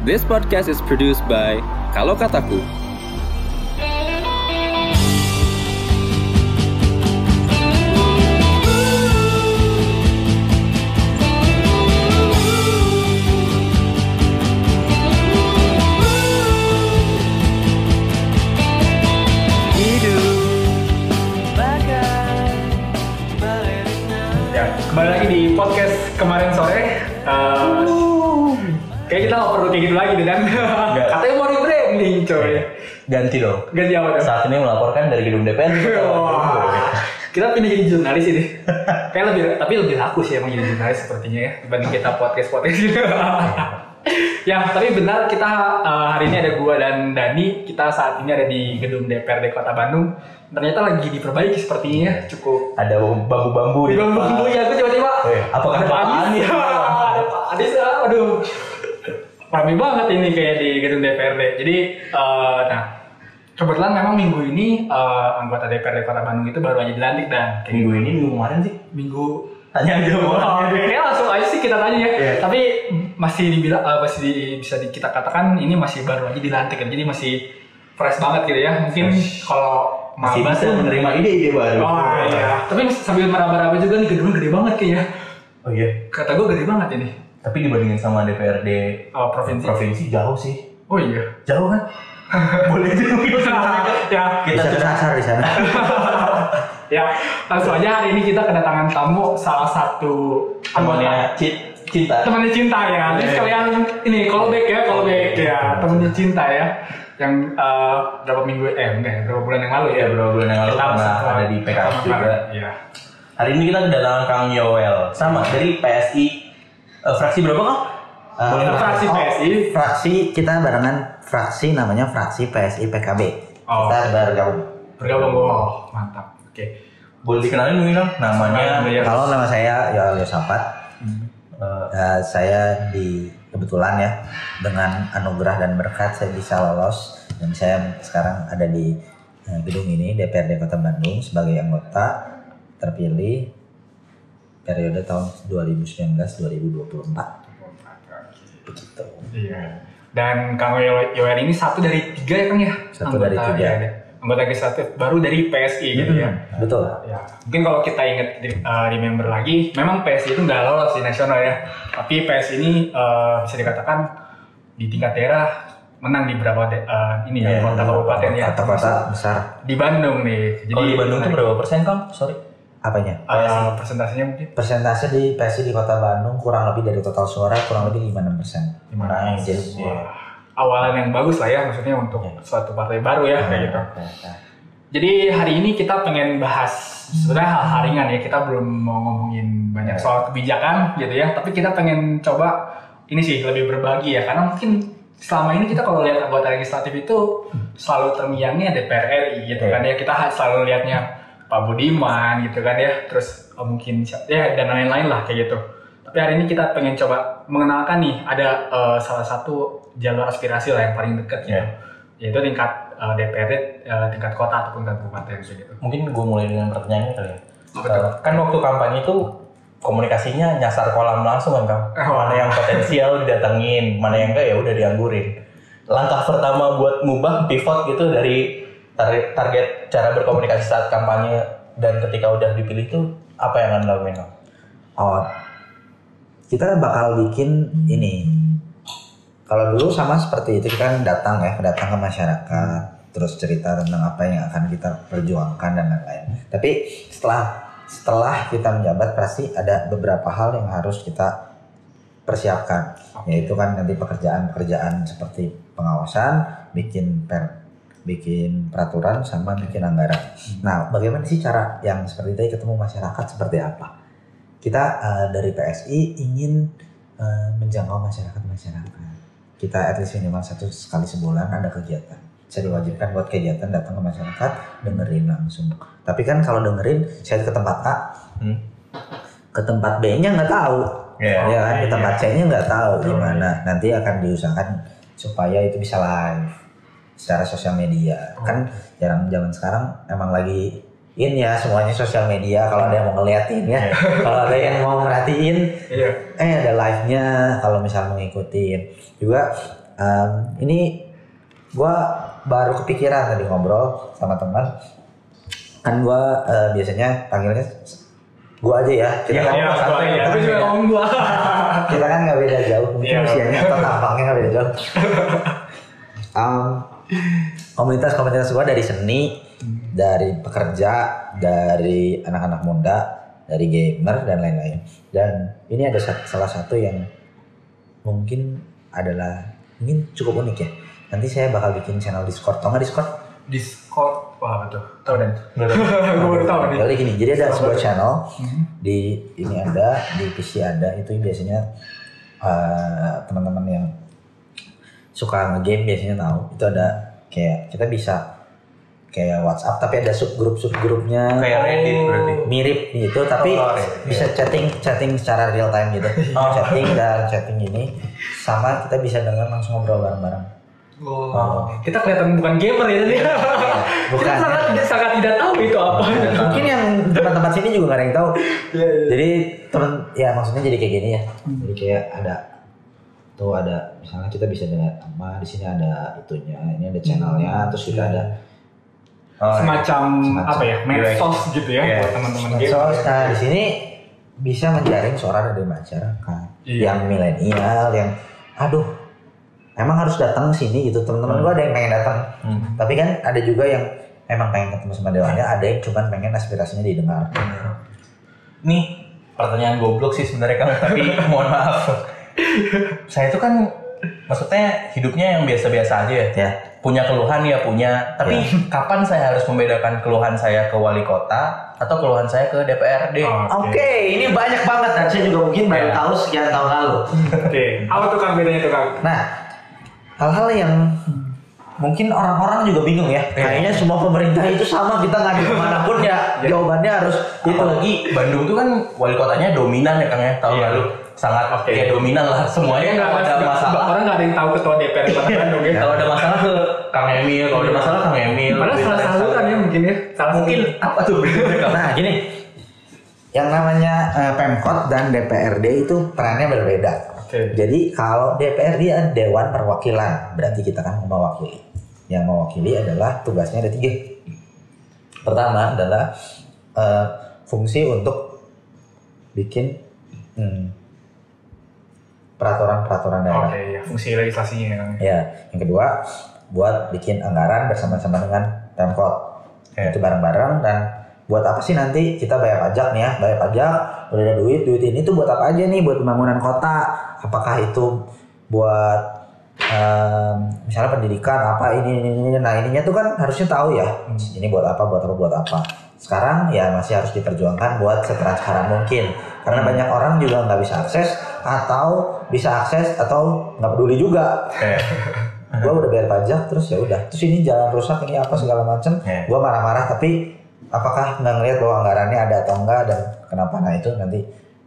This podcast is produced by Kalau Kataku. Kembali lagi di podcast kemarin sore. Kayak kita nggak perlu kayak gitu lagi dan katanya mau rebranding coy. Ganti dong. Ganti apa dong? Saat ini melaporkan dari gedung DPR. Kita pindah jadi jurnalis ini. Kayak lebih laku sih emang jadi jurnalis sepertinya ya dibanding kita podcast gitu. Ya, tapi benar kita hari ini ada gua dan Dani. Kita saat ini ada di gedung DPRD Kota Bandung. Ternyata lagi diperbaiki sepertinya, cukup Ada bambu-bambu di depan. bambu ya, aku tiba-tiba. Apakah ada Pak Anies? Ada Pak Anies, aduh. Rame banget ini kayak di gedung DPRD. Jadi, nah, kebetulan memang minggu ini anggota DPRD Kota Bandung itu baru aja dilantik dan Minggu ini minggu kemarin sih. minggu Tanya aja orang. Kayaknya langsung aja sih kita tanya ya. Yeah. Tapi masih dibilang bisa kita katakan ini masih baru aja dilantik ya. Jadi masih fresh banget gitu ya. Mungkin kalau masih bisa menerima ide-ide baru. Oh iya. Tapi sambil meraba-raba juga nih gedungnya gede banget kayaknya. Oh iya. Kata gue gede banget ini. Tapi dibandingin sama DPRD provinsi jauh sih. Oh iya. Jauh kan? Boleh juga. Ya. Kita sasar di sana. Ya, langsung aja hari ini kita kedatangan tamu salah satu temannya cinta. Temannya cinta ya. Jadi sekalian ini callback ya, temannya cinta ya. Yang berapa bulan yang lalu ya. Berapa bulan yang lalu karena ada di PKS juga. Iya. Hari ini kita kedatangan Kang Yoel sama dari PSI. Fraksi berapa Kang? Fraksi PSI. Fraksi kita barengan fraksi namanya fraksi PSI PKB. Oh. Kita bergabung. Oh, mantap. Oke. Boleh dikenalin mungkin Kang namanya? Halo, nama saya Yoel Yosafat. Saya kebetulan ya dengan anugerah dan berkat saya bisa lolos dan saya sekarang ada di gedung ini DPRD Kota Bandung sebagai anggota terpilih periode tahun 2019-2024. Begitu. Iya. Dan Kang Yoel ini satu dari 3 ya Kang ya? Satu dari 3. Ya, anggota legislatif baru dari PSI gitu ya. Betul. Ya. Mungkin kalau kita ingat remember lagi, memang PSI itu nggak lolos di nasional ya. Tapi PSI ini bisa dikatakan di tingkat daerah menang di beberapa kota kabupaten ya. Kota-kota besar. Di Bandung nih. Jadi di Bandung itu berapa persen Kang? Sorry. Apanya? Persentasenya mungkin? Persentase di PSI di Kota Bandung kurang lebih dari total suara kurang lebih 5-6%. Jadi awalan yang bagus lah ya, maksudnya untuk suatu partai baru ya kayak gitu. Jadi hari ini kita pengen bahas sebenarnya hal-hal ringan ya, kita belum mau ngomongin banyak soal kebijakan gitu ya, tapi kita pengen coba ini sih lebih berbagi ya, karena mungkin selama ini kita kalau lihat anggota legislatif itu selalu terngiangnya DPR RI gitu kan ya, kita selalu lihatnya Pak Budiman gitu kan ya, terus mungkin ya dan lain-lain lah kayak gitu. Tapi hari ini kita pengen coba mengenalkan nih ada salah satu jalur aspirasi lah yang paling dekat gitu, yaitu tingkat DPRD tingkat kota ataupun kabupaten gitu. Mungkin gue mulai dengan pertanyaannya kali ya. Kan waktu kampanye itu komunikasinya nyasar kolam langsung kan Kang. Mana yang potensial didatengin, mana yang enggak ya udah dianggurin. Langkah pertama buat ngubah pivot gitu dari target cara berkomunikasi saat kampanye dan ketika udah dipilih itu apa yang akan dilakuin Kang? Kita bakal bikin ini. Kalau dulu sama seperti itu, kita kan datang ke masyarakat, terus cerita tentang apa yang akan kita perjuangkan dan lain-lain. Tapi setelah kita menjabat pasti ada beberapa hal yang harus kita persiapkan. Yaitu kan nanti pekerjaan seperti pengawasan, bikin peraturan sama bikin anggaran. Nah, bagaimana sih cara yang seperti tadi ketemu masyarakat seperti apa? Kita dari PSI ingin menjangkau masyarakat. Kita at least minimal 1 kali sebulan ada kegiatan. Saya diwajibkan buat kegiatan datang ke masyarakat, dengerin langsung. Tapi kan kalau dengerin, saya ke tempat A, ke tempat B-nya nggak tahu. Ke tempat C-nya nggak tahu gimana. Nanti akan diusahakan supaya itu bisa live secara sosial media. Kan jarang zaman sekarang emang lagi ya semuanya sosial media. Kalau ada yang mau ngeliatin ya, kalau ada yang mau merhatiin, ada live-nya. Kalau misal mau ngikutin juga Ini gue baru kepikiran tadi ngobrol sama teman. Kan gue biasanya panggilnya gue aja ya. Kita Tapi juga ngomong gue. Kita kan nggak beda jauh, mungkin usianya atau tampangnya nggak beda jauh. Komunitas gue dari seni, dari pekerja, dari anak-anak muda, dari gamer dan lain-lain. Dan ini ada salah satu yang mungkin cukup unik ya. Nanti saya bakal bikin channel Discord. Tau nggak Discord? Discord, wah betul. Tahu dan. Gue baru tahu nih. Jadi gini, jadi ada sebuah channel di ini ada, di PC ada. Itu biasanya teman-teman yang suka nge-game biasanya tahu. Itu ada kayak kita bisa kayak WhatsApp tapi ada subgrupnya Kayak Reddit berarti. mirip gitu tapi bisa chatting secara real time gitu. Chatting ini sama kita bisa dengar langsung ngobrol bareng-bareng. Kita kelihatan bukan gamer ya tadi. Bukan. Kita sangat tidak tahu itu apa. Mungkin yang tempat-tempat sini juga nggak ada yang tahu. Jadi maksudnya jadi kayak gini ya. Jadi kayak ada misalnya kita bisa dengar apa di sini ada itunya, ini ada channelnya, terus kita ada semacam apa ya, medsos gitu ya buat teman-teman gamer. Medsos. Nah di sini bisa menjaring suara dari masyarakat yang milenial, yang emang harus datang ke sini gitu. Teman-teman gue ada yang pengen datang, tapi kan ada juga yang emang pengen ketemu sama dewannya, ada yang cuma pengen aspirasinya didengar. Nih pertanyaan goblok sih sebenarnya Kang, tapi mohon maaf. Saya itu kan maksudnya hidupnya yang biasa-biasa aja ya. Punya keluhan ya punya, tapi kapan saya harus membedakan keluhan saya ke wali kota atau keluhan saya ke DPRD? Oke, ini banyak banget dan saya juga mungkin baru tahu sekian tahun lalu. Apa tuh Kang bedanya tuh Kang? Nah, hal-hal yang mungkin orang-orang juga bingung ya. Kayaknya semua pemerintah itu sama, kita nggak di kemanapun ya jawabannya harus itu. Apalagi Bandung tuh kan wali kotanya dominan ya Kang ya, tahun lalu sangat dominan lah semuanya. Kalau ada masalah orang nggak ada yang tahu ketua DPR Kota Bandung ya. Kalau ada masalah ke Kang Emil, kalau ada masalah Kang Emil. Padahal salah saluran ya mungkin ya. Mungkin apa tuh bedanya? Nah gini, yang namanya Pemkot dan DPRD itu perannya berbeda. Jadi kalau DPRD adalah Dewan Perwakilan, berarti kita kan mewakili. Yang mewakili adalah tugasnya ada 3. Pertama adalah fungsi untuk bikin peraturan-peraturan daerah. Fungsi legislasinya ya. Ya, yang kedua buat bikin anggaran bersama-sama dengan Pemkot. Itu bareng-bareng. Dan buat apa sih nanti kita bayar pajak nih ya, bayar pajak, udah ada duit ini tuh buat apa aja nih, buat pembangunan kota, apakah itu buat misalnya pendidikan apa ini. Nah ininya tuh kan harusnya tahu ya, ini buat apa. Sekarang ya masih harus diperjuangkan buat setransparan mungkin, karena banyak orang juga nggak bisa akses atau bisa akses atau nggak peduli juga. Gue udah bayar pajak terus ya udah, terus ini jalan rusak ini apa segala macam, gue marah-marah tapi apakah nggak ngelihat bahwa anggarannya ada atau enggak dan kenapa. Nah itu nanti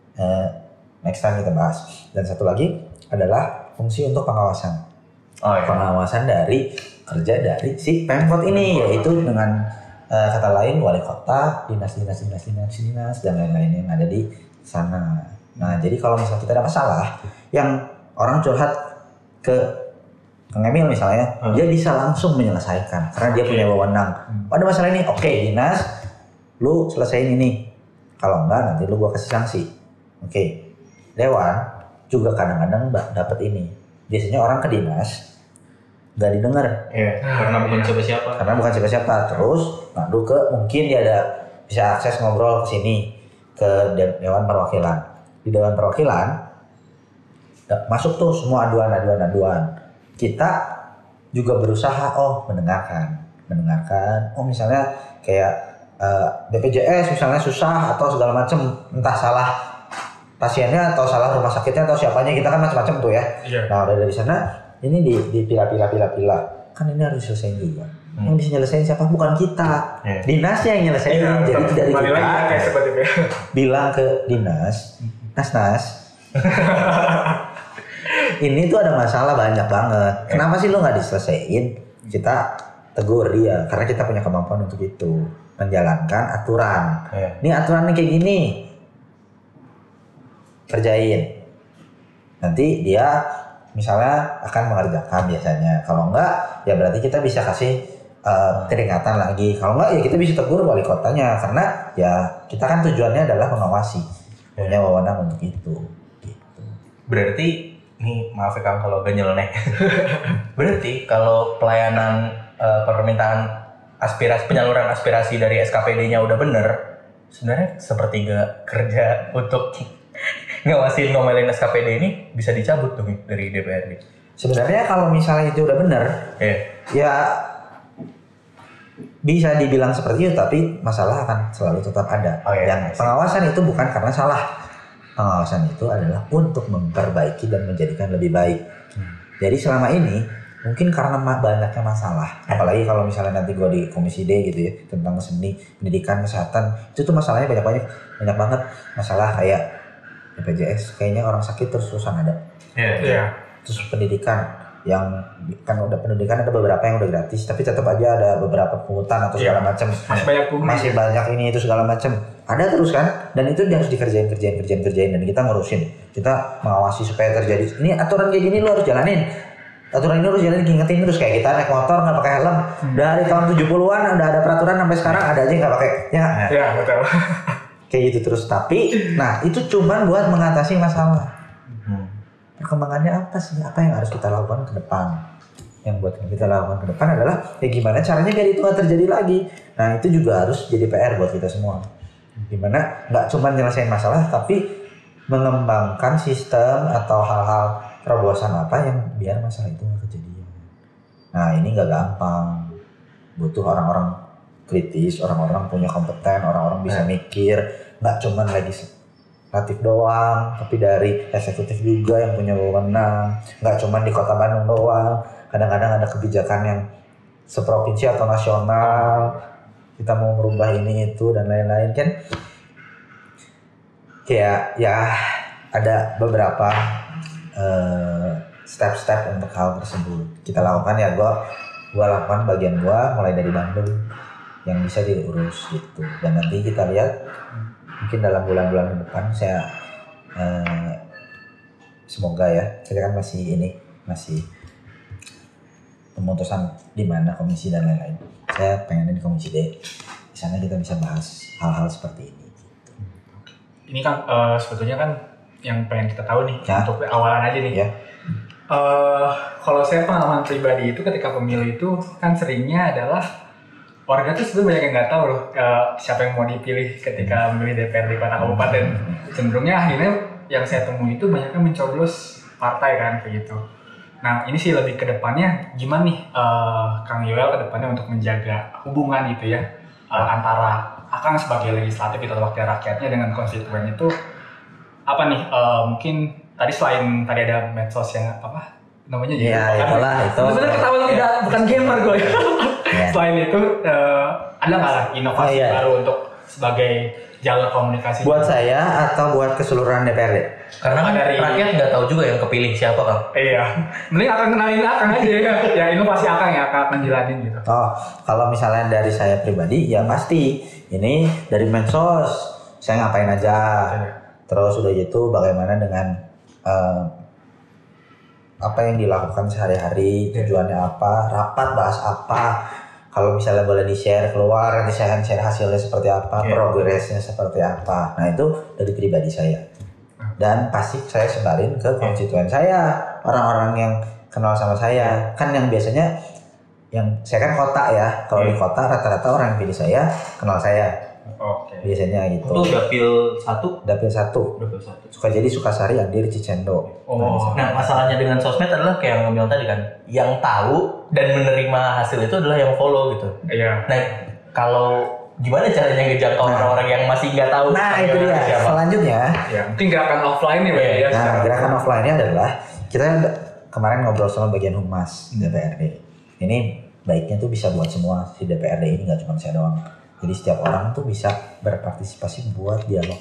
next time kita bahas. Dan satu lagi adalah fungsi untuk pengawasan. Pengawasan dari kerja dari si Pemkot ini, yaitu dengan kata lain wali kota, dinas dan lain-lain yang ada di sana. Nah jadi kalau misalnya kita ada masalah yang orang curhat ke Kang Emil misalnya, dia bisa langsung menyelesaikan karena dia punya wewenang. Ada masalah ini, dinas, lu selesaiin ini. Kalau enggak nanti lu gua kasih sanksi. Dewan juga kadang-kadang dapat ini. Biasanya orang ke dinas nggak didengar. Karena bukan siapa-siapa. Terus ngadu ke mungkin dia ada bisa akses ngobrol ke sini ke Dewan Perwakilan. Di Dewan Perwakilan masuk tuh semua aduan. Kita juga berusaha mendengarkan. Misalnya kayak BPJS misalnya susah atau segala macam, entah salah pasiennya atau salah rumah sakitnya atau siapanya, kita kan macam-macam tuh ya. Nah udah dari sana ini dipila-pila kan ini harus diselesaikan juga. Yang bisa nyelesain siapa? Bukan kita. Dinasnya yang nyelesain. Jadi dari kita bilang ke dinas, nas. Ini tuh ada masalah banyak banget. Kenapa sih lo nggak diselesaiin? Kita tegur dia karena kita punya kemampuan untuk itu, menjalankan aturan. Ini aturannya kayak gini, kerjain. Nanti dia misalnya akan mengerjakan biasanya. Kalau enggak, ya berarti kita bisa kasih peringatan lagi. Kalau enggak, ya kita bisa tegur wali kotanya karena ya kita kan tujuannya adalah mengawasi, punya wewenang untuk itu. Gitu. Berarti, nih maaf ya Kang kalau gak nyeleneh. Berarti kalau pelayanan permintaan penyaluran aspirasi dari SKPD-nya udah bener, sebenarnya sepertiga kerja untuk ngawasin ngomelin SKPD ini bisa dicabut tuh dari DPRD. Sebenarnya kalau misalnya itu udah bener, ya bisa dibilang seperti itu, tapi masalah akan selalu tetap ada. Dan pengawasan itu bukan karena salah. Pengawasan itu adalah untuk memperbaiki dan menjadikan lebih baik. Jadi selama ini mungkin karena banyaknya masalah, apalagi kalau misalnya nanti gue di komisi D gitu ya, tentang seni, pendidikan, kesehatan, itu tuh masalahnya banyak banget masalah kayak BPJS, kayaknya orang sakit terus-terusan ada. Terus pendidikan yang kan udah pendidikan ada beberapa yang udah gratis, tapi tetap aja ada beberapa pungutan atau segala macam. Masih banyak ini itu segala macam. Ada terus kan, dan itu harus dikerjain dan kita ngurusin. Kita mengawasi supaya terjadi. Ini aturan kayak gini lo harus jalanin. Aturan ini harus jalanin, ingetin terus. Kayak kita naik motor nggak pakai helm. Dari tahun 70-an udah ada peraturan, sampai sekarang ada aja nggak pakai. Ya betul. Kayak gitu terus. Tapi, nah itu cuman buat mengatasi masalah. Perkembangannya apa sih? Apa yang harus kita lakukan ke depan? Yang buat kita lakukan ke depan adalah ya gimana caranya biar itu nggak terjadi lagi. Nah itu juga harus jadi PR buat kita semua. Gimana nggak cuma nyelesain masalah, tapi mengembangkan sistem atau hal-hal terobosan apa yang biar masalah itu nggak kejadian. Nah ini nggak gampang. Butuh orang-orang kritis, orang-orang punya kompeten, orang-orang bisa mikir. Nggak cuma legislatif doang, tapi dari eksekutif juga yang punya wewenang. Nggak cuma di kota Bandung doang, kadang-kadang ada kebijakan yang seprovinsi atau nasional, kita mau merubah ini itu dan lain-lain kan. Kayak ya ada beberapa step-step untuk hal tersebut kita lakukan. Ya gua lakukan bagian gua mulai dari Bandung yang bisa diurus gitu, dan nanti kita lihat mungkin dalam bulan-bulan ke depan saya semoga ya, kita kan masih pemutusan di mana komisi dan lain-lain. Saya pengen di komisi D, di sana kita bisa bahas hal-hal seperti ini. Ini kan sebetulnya kan yang pengen kita tahu nih untuk awalan aja nih. Kalau saya pengalaman pribadi itu ketika pemilu itu kan seringnya adalah warga tuh sebenarnya banyak yang nggak tahu loh siapa yang mau dipilih ketika memilih DPRD kota kabupaten. Cenderungnya akhirnya yang saya temui itu banyak yang mencoblos partai kan kayak gitu. Nah ini sih lebih ke depannya gimana nih Kang Yoel ke depannya untuk menjaga hubungan gitu ya antara Akang sebagai legislatif atau wakil rakyatnya dengan konstituen itu apa nih mungkin tadi selain tadi ada medsos yang apa namanya itulah itu. Sebenarnya ketahuan tidak bukan gamer gue. Selain itu ada nggak inovasi baru untuk sebagai jalur komunikasi buat saya atau buat keseluruhan DPRD? Karena kan dari rakyat nggak tahu juga yang kepilih siapa Kang. Iya, mending akan kenalin Akang aja ya inovasi Akang ya akan jelanin gitu. Kalau misalnya dari saya pribadi ya pasti ini dari medsos saya ngapain aja. Terus udah gitu bagaimana dengan apa yang dilakukan sehari-hari, tujuannya apa, rapat bahas apa. Kalau misalnya boleh di-share keluar, nanti saya akan share hasilnya seperti apa, progresnya seperti apa. Nah itu dari pribadi saya. Dan pasti saya sebarin ke konstituen saya, orang-orang yang kenal sama saya. Kan yang biasanya, yang saya kan kota ya, kalau di kota rata-rata orang yang pilih saya, kenal saya. Biasanya gitu. Itu Dapil 1? Dapil 1. Sukajadi, Sukasari, Andir, Cicendo. Nah masalahnya dengan sosmed adalah kayak yang ngambil tadi kan, yang tahu dan menerima hasil itu adalah yang follow gitu. Iya. Nah kalau gimana caranya ngejangkau orang-orang yang masih nggak tahu? Nah itu dia. Selanjutnya. Ya, mungkin gerakan offline nih berarti ya. Nah gerakan offline-nya adalah kita kemarin ngobrol sama bagian humas DPRD. Ini baiknya tuh bisa buat semua si DPRD ini, nggak cuma saya doang. Jadi setiap orang tuh bisa berpartisipasi buat dialog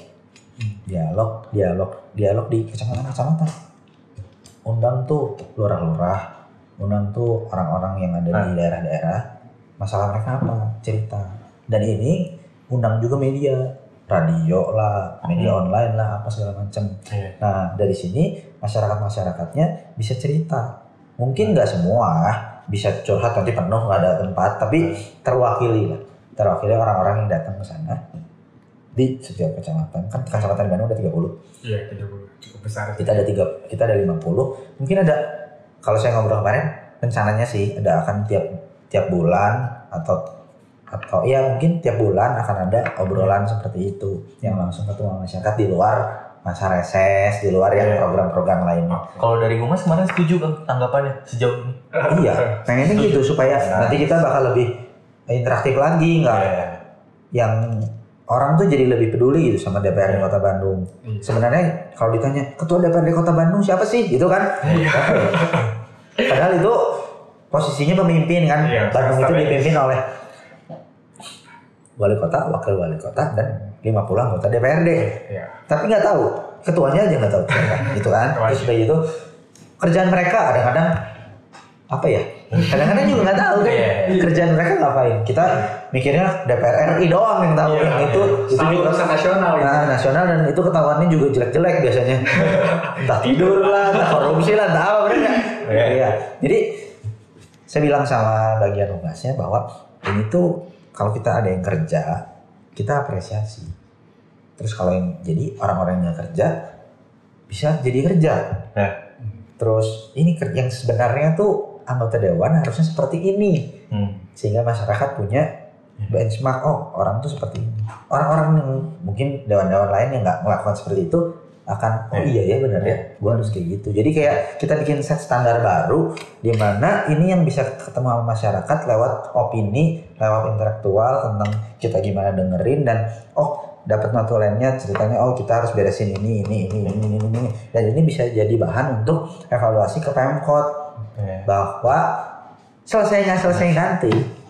di kecamatan. Undang tuh lurah-lurah, undang tuh orang-orang yang ada di daerah-daerah, masalah mereka apa, cerita. Dan ini undang juga media, radio lah, media online lah, apa segala macam. Nah dari sini masyarakat-masyarakatnya bisa cerita. Mungkin nggak semua bisa curhat nanti penuh nggak ada tempat, tapi terwakili orang-orang yang datang ke sana di setiap kecamatan. Kan kecamatan Bandung ada 30. Iya, 30 cukup besar. Kita ada 50. Mungkin ada, kalau saya ngobrol kemarin rencananya sih ada akan tiap bulan atau ya mungkin tiap bulan akan ada obrolan seperti itu yang langsung ketemu masyarakat di luar masa reses, di luar yang program-program lainnya. Kalau dari Humas kemarin setuju kan tanggapannya sejauh ini? Iya, pengennya gitu supaya nanti kita bakal lebih interaktif lagi, nggak yang orang tuh jadi lebih peduli gitu sama DPRD Kota Bandung. Sebenarnya kalau ditanya ketua DPRD Kota Bandung siapa sih, gitu kan? Padahal itu posisinya pemimpin kan. Bandung itu dipimpin oleh wali kota, wakil wali kota, dan 50 anggota DPRD. Tapi nggak tahu, ketuanya aja nggak tahu, gitu kan? Terus udah gitu kerjaan mereka kadang-kadang apa ya? Kadang-kadang juga nggak tahu kan kerjaan mereka ngapain. Kita mikirnya DPR RI doang yang tahu, yang itu juga nasional. Nah, nasional, dan itu ketahuannya juga jelek-jelek biasanya. Entah tidur lah, entah korupsi lah, entah apa, bener nggak? Iya. Jadi saya bilang sama bagian humasnya bahwa ini tuh kalau kita ada yang kerja, kita apresiasi. Terus kalau yang jadi orang-orang yang nggak kerja bisa jadi kerja. Terus ini yang sebenarnya tuh anggota dewan harusnya seperti ini, sehingga masyarakat punya benchmark. Oh, orang tuh seperti ini. Orang-orang yang mungkin dewan-dewan lain yang nggak melakukan seperti itu akan iya ya benar ya, gue harus kayak gitu. Jadi kayak kita bikin set standar baru di mana ini yang bisa ketemu sama masyarakat lewat opini, lewat intelektual tentang kita gimana dengerin, dan dapat notulennya ceritanya kita harus beresin ini, dan ini bisa jadi bahan untuk evaluasi ke Pemkot bahwa selesai nanti,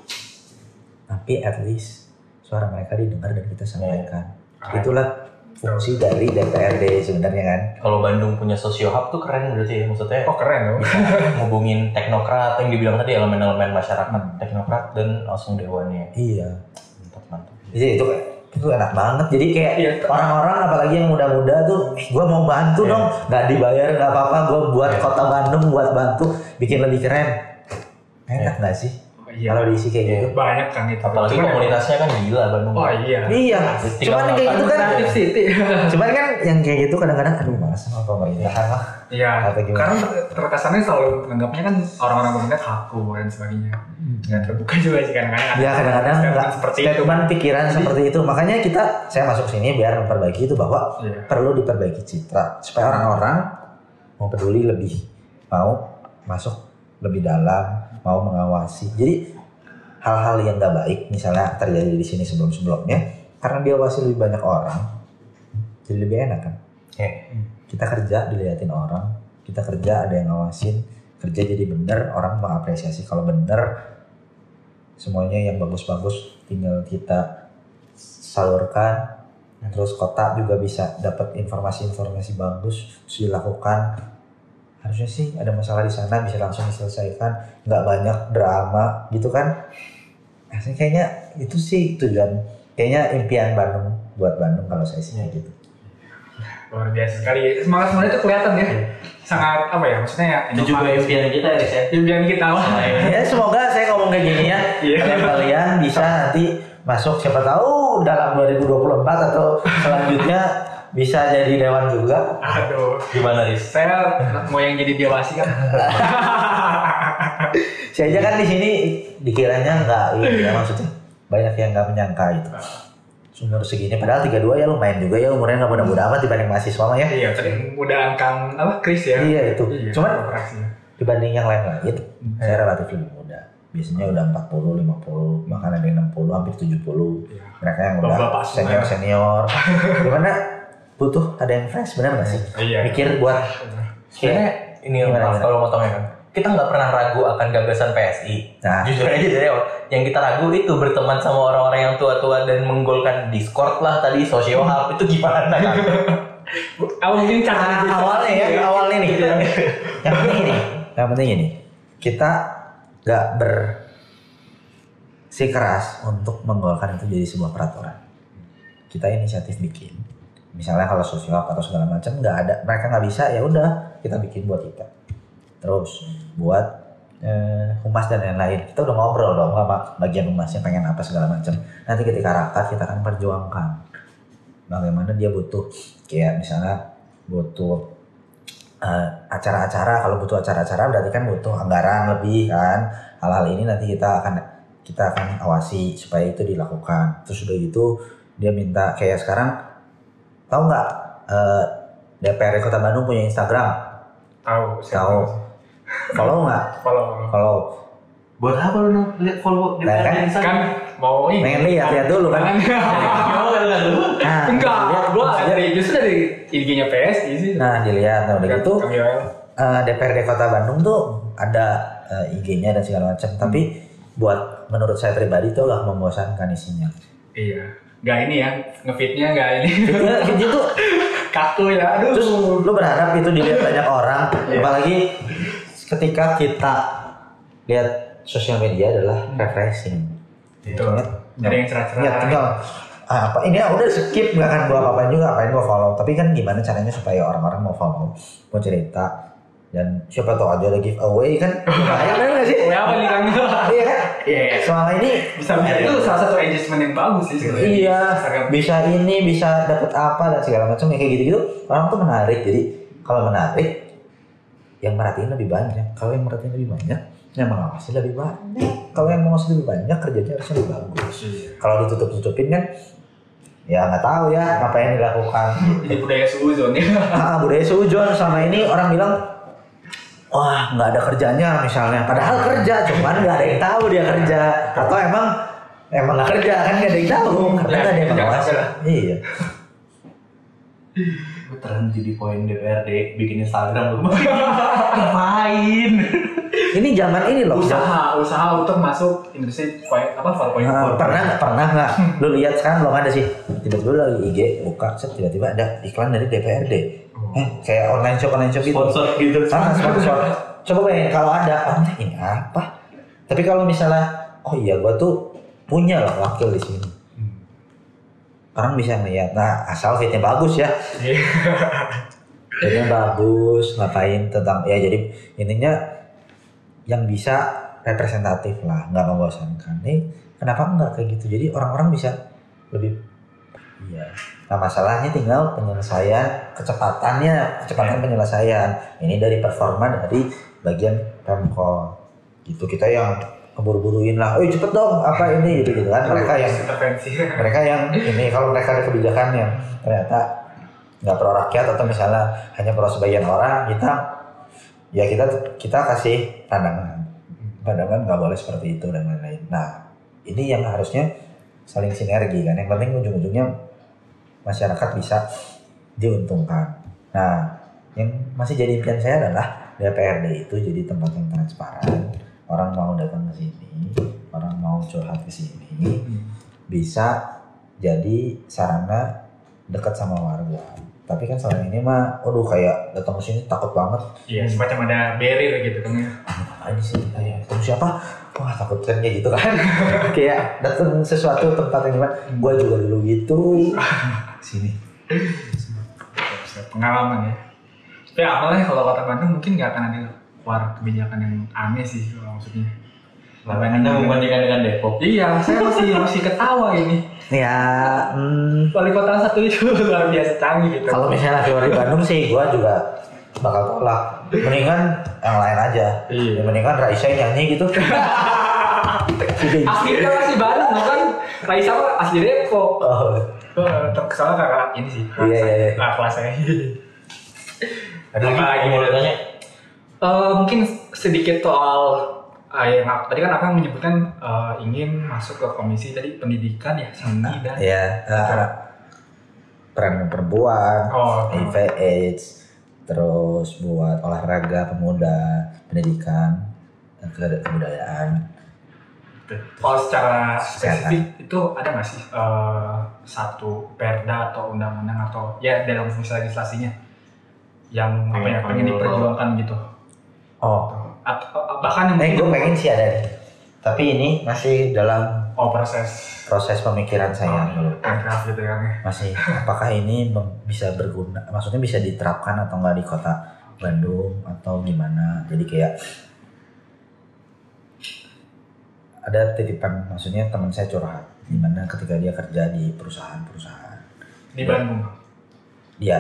tapi at least suara mereka didengar dan kita sampaikan. Itulah fungsi dari DPRD sebenarnya kan. Kalau Bandung punya sosio hub tuh keren berarti ya, maksudnya. Keren loh. Ngubungin teknokrat yang dibilang tadi, elemen-elemen masyarakat, teknokrat dan langsung dewannya. Iya. Mantap. Jadi itu enak banget. Jadi kayak orang-orang apalagi yang muda-muda tuh, gue mau bantu dong, nggak dibayar nggak apa-apa, gue buat kota Bandung buat bantu bikin lebih keren. Enak nggak sih? Kalau diisi kayak gitu banyak kan itu. Apalagi komunitasnya kan gila Bandung. Iya. Cuman kayak gitu kan cuman kan yang kayak gitu kadang-kadang aduh malas sama pemerintahan lah. Iya. Karena terkesannya selalu menganggapnya kan orang-orang pemerintah kaku dan sebagainya. Nggak terbuka juga sih kadang-kadang. Ya kadang-kadang nggak statement pikiran seperti itu. Makanya saya masuk sini biar memperbaiki itu, bahwa perlu diperbaiki citra supaya orang-orang mau peduli lebih, mau masuk lebih dalam, mau mengawasi. Jadi hal-hal yang nggak baik misalnya terjadi di sini sebelum-sebelumnya, karena diawasi lebih banyak orang, jadi lebih enak kan. Kita kerja dilihatin orang, kita kerja ada yang ngawasin, kerja jadi bener, orang mengapresiasi kalau bener, semuanya yang bagus-bagus tinggal kita salurkan. Terus kota juga bisa dapat informasi-informasi bagus, terus dilakukan. Harusnya sih ada masalah di sana bisa langsung diselesaikan, nggak banyak drama gitu kan. Kayaknya itu sih tujuan, kayaknya impian Bandung buat Bandung kalau saya sih gitu. Luar biasa sekali, semangat itu kelihatan ya. Sangat apa ya, maksudnya ya. Itu juga impian kita ya. Impian kita lah. Ya semoga saya ngomong kayak gini ya, kalian bisa nanti masuk, siapa tahu dalam 2024 atau selanjutnya bisa jadi dewan juga. Aduh, gimana Riz? Saya mau yang jadi dewasi kan. Saya aja kan di sini dikiranya nggak, maksudnya banyak yang nggak menyangka itu. Umur segini, padahal 32 ya lumayan juga ya umurnya, nggak muda-muda amat dibanding mahasiswa mah ya. Iya, tadi mudaan Kang Chris ya. Iya itu. Cuman dibanding yang lain-lain, saya relatif lebih muda. Biasanya udah 40, 50, bahkan ada yang 60, hampir 70. Mereka yang udah senior. Gimana? Butuh ada yang fresh, benar nggak sih? Mikir buat sebenarnya ini kalau motongnya kan, kita nggak pernah ragu akan gagasan PSI. Jujur aja dari awal, yang kita ragu itu berteman sama orang-orang yang tua-tua dan menggolkan Discord lah tadi, social hub, itu gimana kan? awalnya nih. Yang penting ini, kita nggak bersikeras untuk menggolkan itu jadi sebuah peraturan. Kita inisiatif bikin. Misalnya kalau sosial atau segala macam nggak ada, mereka nggak bisa, ya udah kita bikin buat kita. Terus buat humas dan lain-lain. Kita udah ngobrol dong sama bagian humasnya pengen apa segala macam. Nanti ketika rapat kita akan perjuangkan bagaimana dia butuh, kayak misalnya butuh acara-acara. Kalau butuh acara-acara berarti kan butuh anggaran lebih kan. Hal-hal ini nanti kita akan awasi supaya itu dilakukan. Terus udah gitu dia minta kayak sekarang, tahu nggak DPRD Kota Bandung punya Instagram? Tahu. Follow nggak? Follow. Buat apa lu lihat follow di Nah, Kan mau ini. pengen lihat dulu kan? Nah, Enggak, dilihat. gua justru dari IG-nya PSI sih. Nah dilihat, nah udah gitu Kang Yoel. DPRD Kota Bandung tuh ada IG-nya dan segala macam. Tapi buat menurut saya pribadi tuh agak membosankan isinya. Iya. Nggak ini ya, ngefitnya nggak ini. Itu tuh Kaku ya, aduh. terus lu berharap itu dilihat banyak orang, Iya. apalagi ketika kita lihat sosial media adalah refreshing. Betul. Jadi yang cerah-cerah. Ya tinggal apa ini ya udah skip, nggak akan gua apa-apain juga, apain gua follow. Tapi kan gimana caranya supaya orang-orang mau follow, mau cerita, dan siapa tahu aja ada giveaway kan? Lumayan kan nggak sih? Ya apa nih Kang? Iya kan? Iya. Soalnya ini Bisa itu salah satu engagement yang bagus sih sebenarnya. iya Instagram. bisa ini bisa dapat apa dan segala macam kayak gitu-gitu, orang tuh menarik. Jadi kalau menarik, yang merhatiin lebih banyak. Kalau yang merhatiin lebih banyak, yang mengawasi lebih banyak. Kalau yang mengawasi lebih banyak, kerjanya harusnya lebih bagus. Kalau ditutup-tutupin kan, ya nggak tahu ya apa yang dilakukan. Jadi budaya suuzon ya. Budaya sujon sama ini orang bilang, wah nggak ada kerjanya misalnya. Padahal kerja, cuman nggak ada yang tahu dia kerja. Atau emang nggak kerja kan, nggak ada yang tahu karena nggak ada yang mengawasi. Iya. Gue terhenti di poin DPRD bikin Instagram lu. Ngapain? Ini zaman ini loh. Usaha untuk masuk industri 4.0. Pernah nggak? Lu lihat sekarang belum ada sih. Tiba-tiba lagi IG buka, set tiba-tiba ada iklan dari DPRD. Kayak online shop gitu. Sponsor gitu. Sponsor. Coba bayangin kalau ada, ini apa? Tapi kalau misalnya, oh iya gua tuh punya loh wakil di sini. Orang bisa ngeliat, nah asal fitnya bagus ya. Fitnya bagus, ngapain tentang, ya jadi intinya yang bisa representatif lah, nggak membosankan. Kenapa nggak kayak gitu? Jadi orang-orang bisa lebih, iya. Nah masalahnya tinggal penyelesaian, kecepatan penyelesaian. Ini dari performa dari bagian Pemkot. Gitu kita yang keburu-buruin lah, cepet dong apa ini gitu kan. Mereka yang ini kalau mereka ada kebijakan yang ternyata nggak pro rakyat atau misalnya hanya pro sebagian orang, kita kasih pandangan nggak boleh seperti itu dan lain-lain. Nah ini yang harusnya saling sinergi kan, yang penting ujung-ujungnya masyarakat bisa diuntungkan. Nah yang masih jadi impian saya adalah DPRD itu jadi tempat yang transparan. Orang mau datang ke sini, orang mau curhat ke sini, bisa jadi sarana dekat sama warga. Tapi kan selama ini mah, kayak datang ke sini takut banget. Iya, semacam ada barrier gitu kan ya. Ini sih, ketemu siapa? Wah takut kan kayak gitu kan. Kayak datang sesuatu tempat yang gimana? Gua juga dulu gitu. Sini. Pengalaman ya. Tapi apalagi kalau Kota Bandung mungkin nggak akan ada kebijakan yang aneh sih maksudnya. Anda membandingkan dengan Depok? Iya, saya masih ketawa ini. Ya, Wali kota satu itu luar biasa canggih gitu. kalau misalnya keluar di Bandung sih, gua juga bakal tolak. Mendingan yang lain aja. Iya. Mendingan Raisa nyanyi gitu. Aslinya masih Bandung kan? Raisa mah asli Depok. Soalnya kakak ini sih. Iya. Kelas saya. Ada lagi mau tanya? Mungkin sedikit soal yang tadi kan Akang menyebutkan ingin masuk ke komisi tadi pendidikan ya, seni dan peran perempuan, Oh. HIV/AIDS, terus buat olahraga pemuda, pendidikan, dan kebudayaan. Kalau secara spesifik itu ada nggak sih satu perda atau undang-undang atau ya dalam fungsi legislasinya yang pengen diperjuangkan gitu? Bahkan yang Gue pengen sih ada nih. Tapi ini masih dalam proses pemikiran saya dulu. Paragraf gitu kan ya. Masih apakah ini bisa berguna, maksudnya bisa diterapkan atau enggak di kota Bandung atau gimana. Jadi kayak ada titipan, maksudnya teman saya curhat gimana ketika dia kerja di perusahaan-perusahaan Di Bandung. dia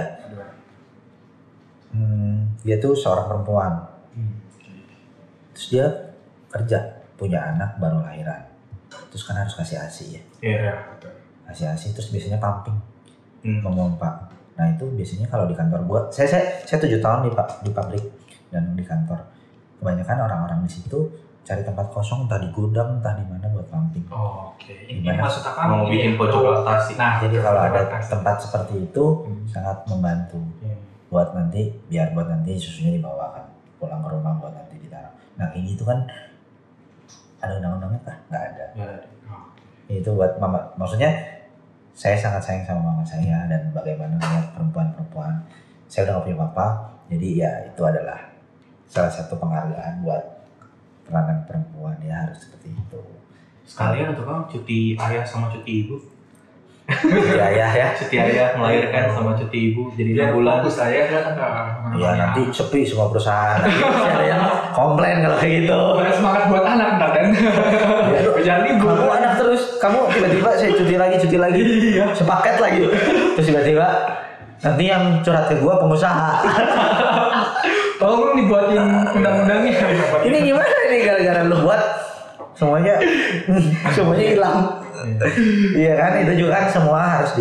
dia tuh seorang perempuan, terus dia kerja punya anak baru lahiran, terus kan harus kasih ASI ya. Iya, betul. Kasih ASI terus biasanya pumping, memompa. Nah itu biasanya kalau di kantor gua, saya 7 tahun di pabrik dan di kantor, kebanyakan orang-orang di situ cari tempat kosong, entah di gudang entah di mana buat pumping. Oh, oke. Ini Gimana? maksud apa? Mau bikin pojok rotasi. Nah, Jadi kalau ada rotasi. tempat seperti itu sangat membantu buat nanti, biar buat nanti susunya dibawa kan pulang ke rumah buat nanti ditaruh. Nah ini tuh kan ada undang-undangnya kah? Nggak ada. Oh. Itu buat mama, maksudnya saya sangat sayang sama mama saya dan bagaimana melihat perempuan-perempuan. Saya udah gak punya papa, jadi ya itu adalah salah satu penghargaan buat peranan perempuan, ya harus seperti itu. Sekalian tuh Kang, cuti ayah sama cuti ibu. Jadi ayah ya. Cuti ayah melahirkan sama cuti ibu jadi Biar 6 bulan. fokus saya kan. Iya nanti sepi semua perusahaan. Nanti pasti ada yang komplain kalau kayak gitu. Banyak semangat buat anak ntar kan. Jangan libur. Kamu anak terus, kamu tiba-tiba saya cuti lagi, sepaket lagi. Terus tiba-tiba nanti yang curhat ke gua pengusaha. Tolong lu dibuatin undang-undangnya. Ini gimana nih gara-gara lu buat semuanya hilang. Iya kan, itu juga kan semua harus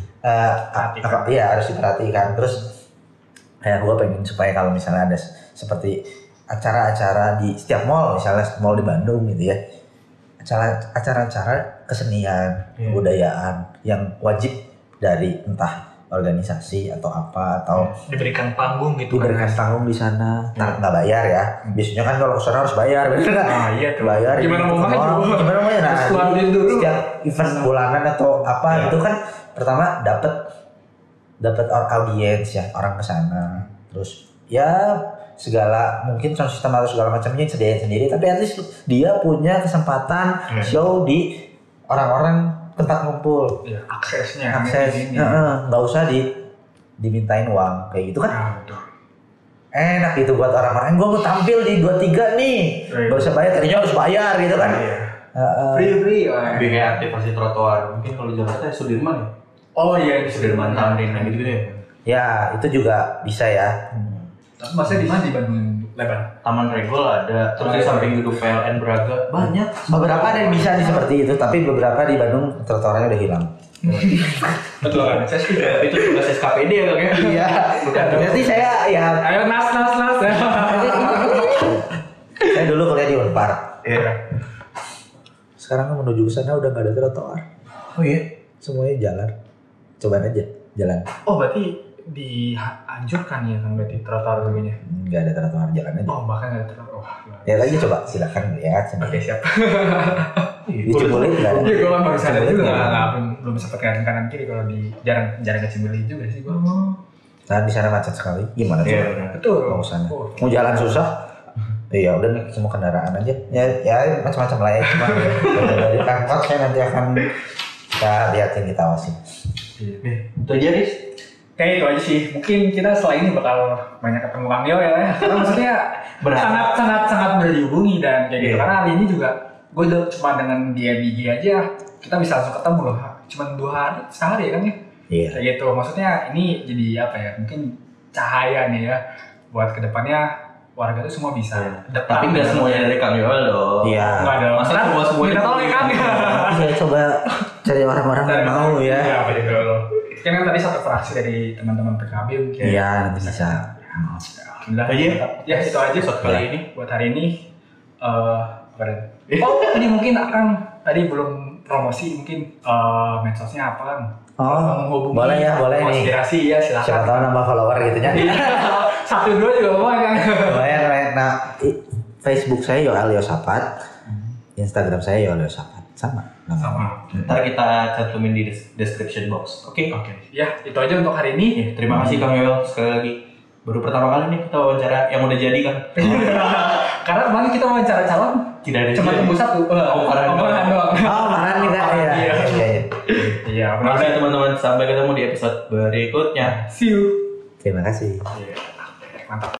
harus diperhatikan. Terus kayak gue pengen supaya kalau misalnya ada seperti acara-acara di setiap mall, misalnya mall di Bandung gitu ya, acara-acara kesenian, kebudayaan yang wajib dari entah organisasi atau apa atau diberikan panggung gitu. diberikan panggung di sana, nggak bayar ya. Biasanya kan kalau kesana harus bayar, bener nggak? Ah iya tuh. Bayar. Gimana mau maju? Gimana mau nah, Terus keluarin dulu. setiap event bulanan atau apa itu kan pertama dapat audiens ya, orang kesana. Terus ya segala mungkin sound system atau segala macamnya sediain sendiri, tapi at least dia punya kesempatan show di orang-orang tempat ngumpul. Ya, aksesnya. Akses, nggak usah dimintain uang kayak gitu kan. Nah, betul. Enak gitu buat orang-orang. Gue mau tampil di 23 nih, gak usah bayar, tadinya harus bayar gitu kan. Iya. Free. Lebih kayak aktivasi trotoar. Mungkin kalau di Jakarta ya Sudirman ya. Oh iya, di Sudirman Tamrin gitu ya. Ya itu juga bisa ya. Tapi masnya di mana di Bandung Lebar? Taman Regol ada, terus di samping gedung PLN Braga banyak. Beberapa ada yang bisa nih seperti itu, tapi beberapa di Bandung trotoarnya udah hilang. Betul kan? Saya setuju. Itu tugas SKPD ya Kang ya. Iya. Berarti saya ya. Ayo nas. Saya dulu kuliah di Unpar. Iya. Sekarang menuju ke sana udah nggak ada trotoar. Oh iya. Semuanya jalan. Cobain aja jalan. Oh berarti dihancurkan ya kan berarti trotoar dulunya? Nggak ada trotoar, jalan aja. Oh bahkan nggak ada trotoar. Oh, Ya lagi coba silakan lihat oke sendiri. siap. Di Cibulit nggak ada. Iya gue kan baru sadar Cibulit juga nggak ada. belum sempat kanan kiri kalau di jarang ke Cimbeli juga sih gue. Nah di sana macet sekali. Gimana Iya, tuh? benar. Betul. Mau sana. Oh. Mau jalan susah. Iya udah nih semua kendaraan aja. Ya macam-macam lah ya. Cuma dari kantor saya nanti akan kita liatin, kita awasin. Itu aja Riz. Kayak itu aja sih. Mungkin kita setelah ini bakal banyak ketemu Kang Nio ya. Karena maksudnya sangat dihubungi dan kayak gitu. Karena hari ini juga gue udah cuma dengan dia di IG aja kita bisa langsung ketemu loh. Cuma 2 hari, sehari kan ya. Iya. Kayak gitu. Maksudnya ini jadi apa ya? Mungkin cahaya nih ya buat kedepannya warga itu semua bisa. Tapi nggak semuanya dari Kang Yoel dong. Iya. Nggak ada. Masa semua Kita tahu ya kan. Saya coba cari orang-orang yang mau ya. Iya betul. Kan tadi satu fraksi dari teman-teman PKB mungkin. Iya nanti bisa. Alhamdulillah. Ya itu aja Episode kali ini. buat hari ini. Ini mungkin akan tadi belum promosi mungkin medsosnya apa kan? Oh, Menghubungi boleh ya, boleh nih. konspirasi ya silakan. Siapa tahu nambah follower gitu ya. 1-2 juga mau kan? Lumayan. Nah, Facebook saya Yoel Yosapat, Instagram saya Yoel Yosapat, sama. Sama. Ntar kita cantumin di description box. Oke. Ya itu aja untuk hari ini. Terima kasih Kang Yoel sekali lagi. Baru pertama kali nih kita wawancara yang udah jadi kan. Karena kemarin kita wawancara calon Tidak ada cuma tunggu satu. Omongan doang. Oh, mana nih Kak? Iya. Iya. Oke teman-teman, sampai ketemu di episode berikutnya. See you. Terima kasih. Mantap.